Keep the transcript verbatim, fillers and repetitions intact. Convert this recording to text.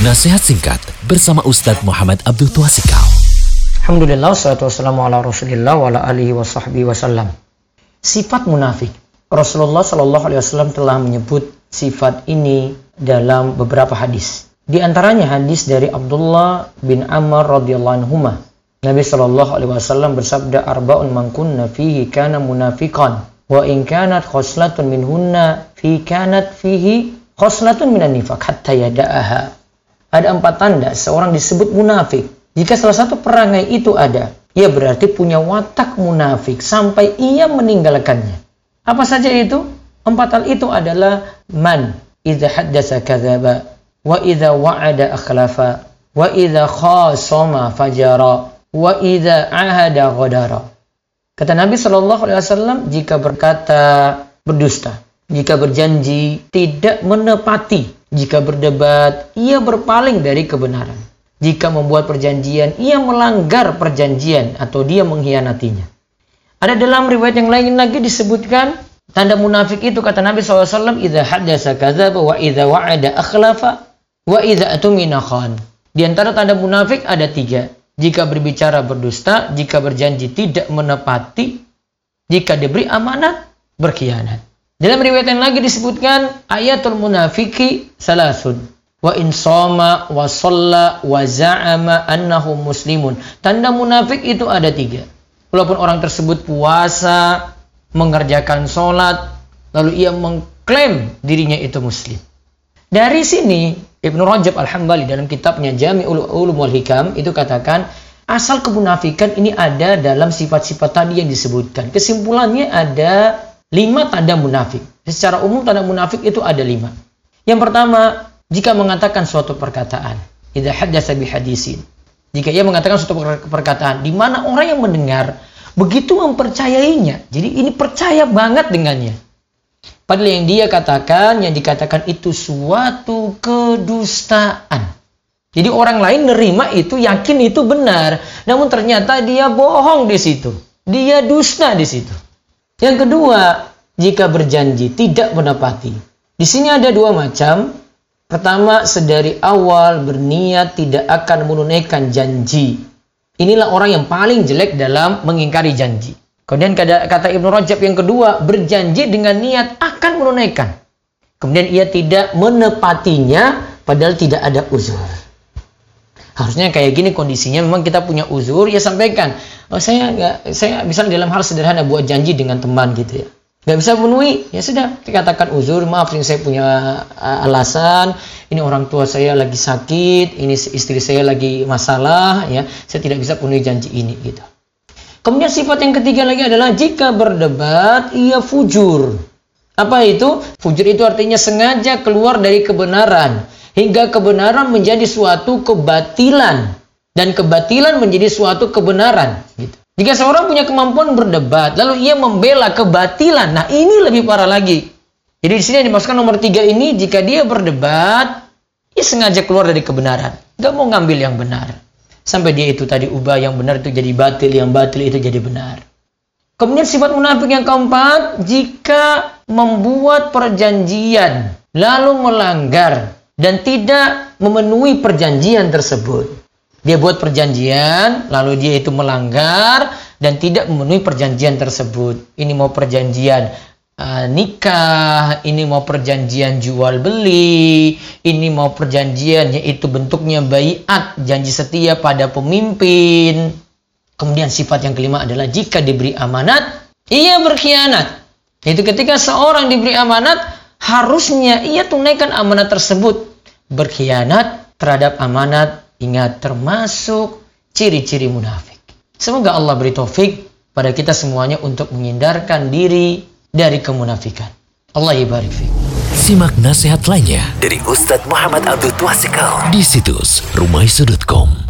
Nasihat singkat bersama Ustadz Muhammad Abdul Twasikal. Alhamdulillah, wassalatu wassalamu ala rasulillah wa ala alihi wa sahbihi wasallam. Sifat munafik. Rasulullah shallallahu alaihi wasallam telah menyebut sifat ini dalam beberapa hadis. Di antaranya hadis dari Abdullah bin Amr radhiyallahu anhuma. Nabi shallallahu alaihi wasallam bersabda, arba'un man kunna fihi kana munafiqan wa in kanat khoslatun minhunna fi kanat fihi khoslatun minan nifaq hatta yada'aha. Ada empat tanda seorang disebut munafik. Jika salah satu perangai itu ada, ia berarti punya watak munafik sampai ia meninggalkannya. Apa saja itu? Empat hal itu adalah man idza haddasa kadzaba wa idza wa'ada akhlafa wa idza khasama fajara wa idza ahada ghadara. Kata Nabi shallallahu alaihi wasallam, jika berkata berdusta, jika berjanji tidak menepati, jika berdebat ia berpaling dari kebenaran, jika membuat perjanjian ia melanggar perjanjian atau dia mengkhianatinya. Ada dalam riwayat yang lain lagi disebutkan tanda munafik itu, kata Nabi shallallahu alaihi wasallam, idza haddasa kadzaba wa idza wa'ada akhlafa wa idza atumina khan. Di antara tanda munafik ada tiga. Jika berbicara berdusta, jika berjanji tidak menepati, jika diberi amanat berkhianat. Dalam riwayat yang lagi disebutkan ayatul munafiki salasun wa in shoma wa shalla wa za'ama annahu muslimun. Tanda munafik itu ada tiga. Walaupun orang tersebut puasa, mengerjakan sholat, lalu ia mengklaim dirinya itu muslim. Dari sini Ibnu Rajab Al-Hambali dalam kitabnya Jami'ul Ulum wal Hikam itu katakan, asal kemunafikan ini ada dalam sifat-sifat tadi yang disebutkan. Kesimpulannya ada lima tanda munafik. Secara umum tanda munafik itu ada lima. Yang pertama, jika mengatakan suatu perkataan, idza haddatsa bihadisin. Jika ia mengatakan suatu perkataan di mana orang yang mendengar begitu mempercayainya, jadi ini percaya banget dengannya. Padahal yang dia katakan, yang dikatakan itu suatu kedustaan. Jadi orang lain nerima itu, yakin itu benar, namun ternyata dia bohong di situ. Dia dusta di situ. Yang kedua, jika berjanji tidak menepati. Di sini ada dua macam. Pertama, sedari awal berniat tidak akan menunaikan janji. Inilah orang yang paling jelek dalam mengingkari janji. Kemudian kata Ibnu Rajab yang kedua, berjanji dengan niat akan menunaikan. Kemudian ia tidak menepatinya padahal tidak ada uzur. Harusnya kayak gini kondisinya, memang kita punya uzur, ya sampaikan. Oh, saya nggak, saya misalnya dalam hal sederhana buat janji dengan teman gitu ya, nggak bisa memenuhi, ya sudah dikatakan uzur, maaf ini saya punya uh, alasan, ini orang tua saya lagi sakit, ini istri saya lagi masalah, ya saya tidak bisa penuhi janji ini gitu. Kemudian sifat yang ketiga lagi adalah jika berdebat ia fujur. Apa itu? Fujur itu artinya sengaja keluar dari kebenaran hingga kebenaran menjadi suatu kebatilan dan kebatilan menjadi suatu kebenaran gitu. Jika seorang punya kemampuan berdebat lalu ia membela kebatilan, nah ini lebih parah lagi. Jadi di sini yang dimaksudkan nomor tiga ini, jika dia berdebat ia sengaja keluar dari kebenaran, nggak mau ngambil yang benar. Sampai dia itu tadi ubah yang benar itu jadi batil, yang batil itu jadi benar. Kemudian sifat munafik yang keempat, jika membuat perjanjian lalu melanggar dan tidak memenuhi perjanjian tersebut. Dia buat perjanjian lalu dia itu melanggar dan tidak memenuhi perjanjian tersebut. Ini mau perjanjian uh, nikah, ini mau perjanjian jual beli, ini mau perjanjian yaitu bentuknya baiat, janji setia pada pemimpin. Kemudian sifat yang kelima adalah jika diberi amanat ia berkhianat. Itu ketika seorang diberi amanat harusnya ia tunaikan amanat tersebut. Berkhianat terhadap amanat, ingat, termasuk ciri-ciri munafik. Semoga Allah beri taufik pada kita semuanya untuk menghindarkan diri dari kemunafikan. Allah yabarik fiik. Simak nasihat lainnya dari Ustadz Muhammad Abdul Twasikal di situs rumaiso titik com.